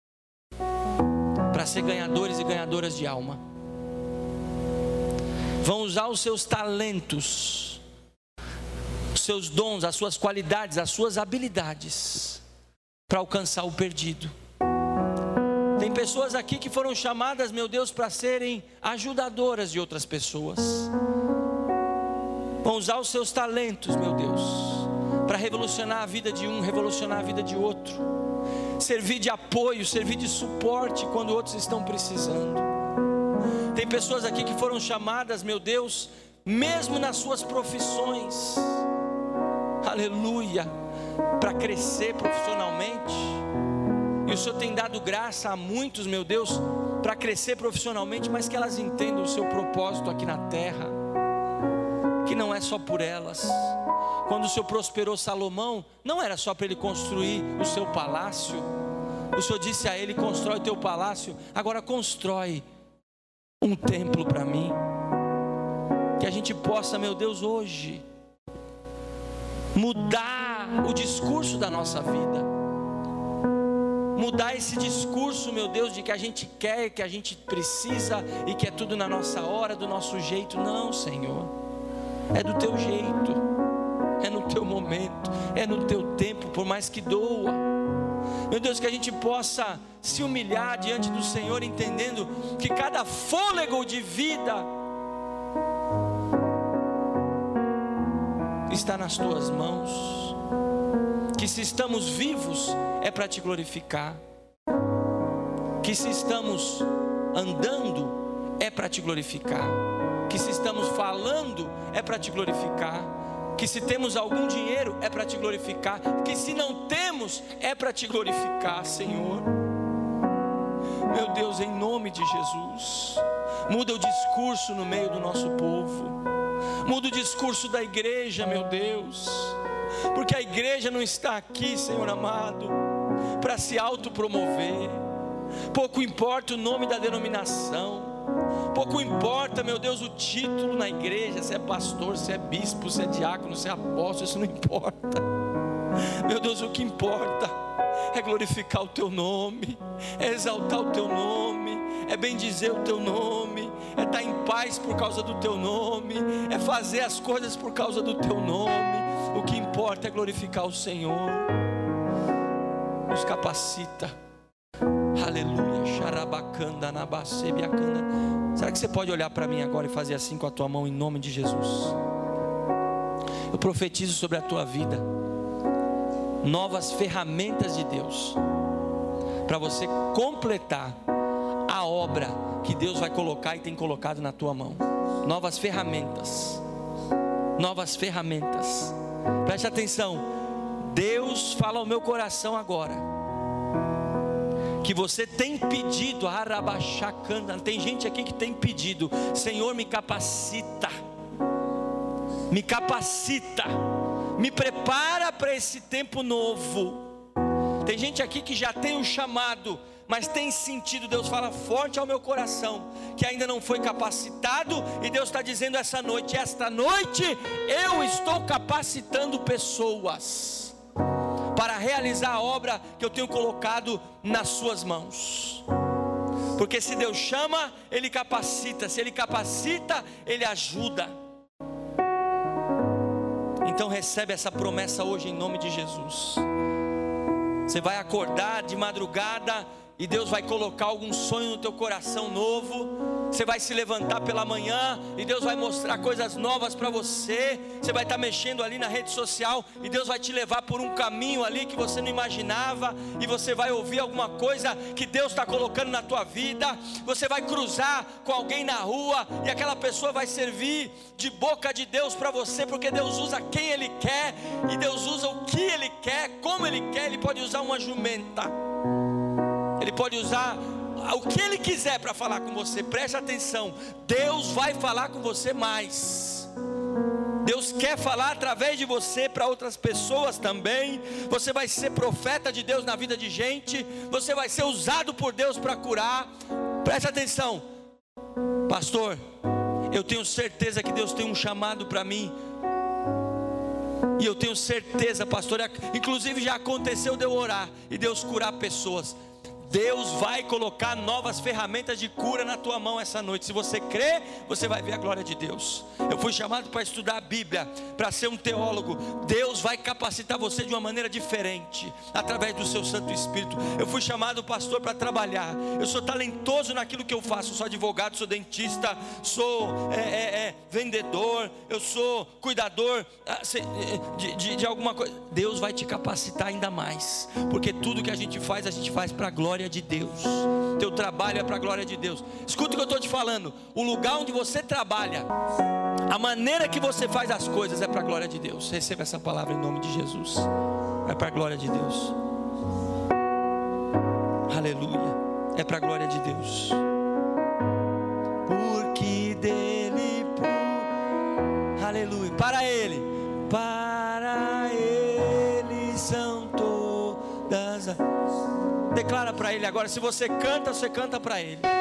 para ser ganhadores e ganhadoras de alma. Vão usar os seus talentos, os seus dons, as suas qualidades, as suas habilidades para alcançar o perdido. Tem pessoas aqui que foram chamadas, meu Deus, para serem ajudadoras de outras pessoas. Vão usar os seus talentos, meu Deus, para revolucionar a vida de um, revolucionar a vida de outro. Servir de apoio, servir de suporte quando outros estão precisando. Tem pessoas aqui que foram chamadas, meu Deus, mesmo nas suas profissões, aleluia, para crescer profissionalmente. E o Senhor tem dado graça a muitos, meu Deus, para crescer profissionalmente, mas que elas entendam o seu propósito aqui na terra, que não é só por elas. Quando o Senhor prosperou Salomão, não era só para ele construir o seu palácio. O Senhor disse a ele: constrói o teu palácio, agora constrói um templo para mim. Que a gente possa, meu Deus, hoje mudar o discurso da nossa vida, mudar esse discurso, meu Deus, de que a gente quer, que a gente precisa e que é tudo na nossa hora, do nosso jeito. Não, Senhor, é do teu jeito, é no teu momento, é no teu tempo, por mais que doa. Meu Deus, que a gente possa se humilhar diante do Senhor, entendendo que cada fôlego de vida está nas tuas mãos, que se estamos vivos é para te glorificar, que se estamos andando é para te glorificar, que se estamos falando é para te glorificar, que se temos algum dinheiro é para te glorificar, que se não temos é para te glorificar, Senhor. Meu Deus, em nome de Jesus, muda o discurso no meio do nosso povo, muda o discurso da igreja, meu Deus, porque a igreja não está aqui, Senhor amado, para se autopromover. Pouco importa o nome da denominação, pouco importa, meu Deus, o título na igreja, se é pastor, se é bispo, se é diácono, se é apóstolo, isso não importa. Meu Deus, o que importa é glorificar o teu nome, é exaltar o teu nome, é bendizer o teu nome, é estar em paz por causa do teu nome, é fazer as coisas por causa do teu nome. O que importa é glorificar o Senhor. Nos capacita, aleluia. Xarabacanda, nabacebiacanda. Será que você pode olhar para mim agora e fazer assim com a tua mão, em nome de Jesus? Eu profetizo sobre a tua vida novas ferramentas de Deus, para você completar a obra que Deus vai colocar e tem colocado na tua mão. Novas ferramentas, novas ferramentas. Preste atenção, Deus fala ao meu coração agora, que você tem pedido, tem gente aqui que tem pedido: Senhor, me capacita, me capacita, me prepara para esse tempo novo. Tem gente aqui que já tem um chamado, mas tem sentido, Deus fala forte ao meu coração, que ainda não foi capacitado, e Deus está dizendo esta noite eu estou capacitando pessoas para realizar a obra que eu tenho colocado nas suas mãos. Porque se Deus chama, Ele capacita, se Ele capacita, Ele ajuda. Então recebe essa promessa hoje em nome de Jesus. Você vai acordar de madrugada e Deus vai colocar algum sonho no teu coração novo. Você vai se levantar pela manhã e Deus vai mostrar coisas novas para você. Você vai estar mexendo ali na rede social e Deus vai te levar por um caminho ali que você não imaginava, e você vai ouvir alguma coisa que Deus está colocando na tua vida. Você vai cruzar com alguém na rua e aquela pessoa vai servir de boca de Deus para você, porque Deus usa quem Ele quer, e Deus usa o que Ele quer, como Ele quer. Ele pode usar uma jumenta, Ele pode usar o que Ele quiser para falar com você. Preste atenção, Deus vai falar com você mais. Deus quer falar através de você para outras pessoas também. Você vai ser profeta de Deus na vida de gente. Você vai ser usado por Deus para curar. Preste atenção, pastor, eu tenho certeza que Deus tem um chamado para mim. E eu tenho certeza, pastor, inclusive já aconteceu de eu orar e Deus curar pessoas. Deus vai colocar novas ferramentas de cura na tua mão essa noite. Se você crê, você vai ver a glória de Deus. Eu fui chamado para estudar a Bíblia, para ser um teólogo. Deus vai capacitar você de uma maneira diferente, através do seu Santo Espírito. Eu fui chamado, pastor, para trabalhar. Eu sou talentoso naquilo que eu faço. Eu sou advogado, sou dentista, sou vendedor, eu sou cuidador de alguma coisa. Deus vai te capacitar ainda mais, porque tudo que a gente faz para a glória de Deus. Teu trabalho é para a glória de Deus. Escuta o que eu estou te falando. O lugar onde você trabalha, a maneira que você faz as coisas é para a glória de Deus. Receba essa palavra em nome de Jesus. É para a glória de Deus. Aleluia. É para a glória de Deus. Porque dele, aleluia. Para ele são todas as... Declara para ele agora. Se você canta para ele.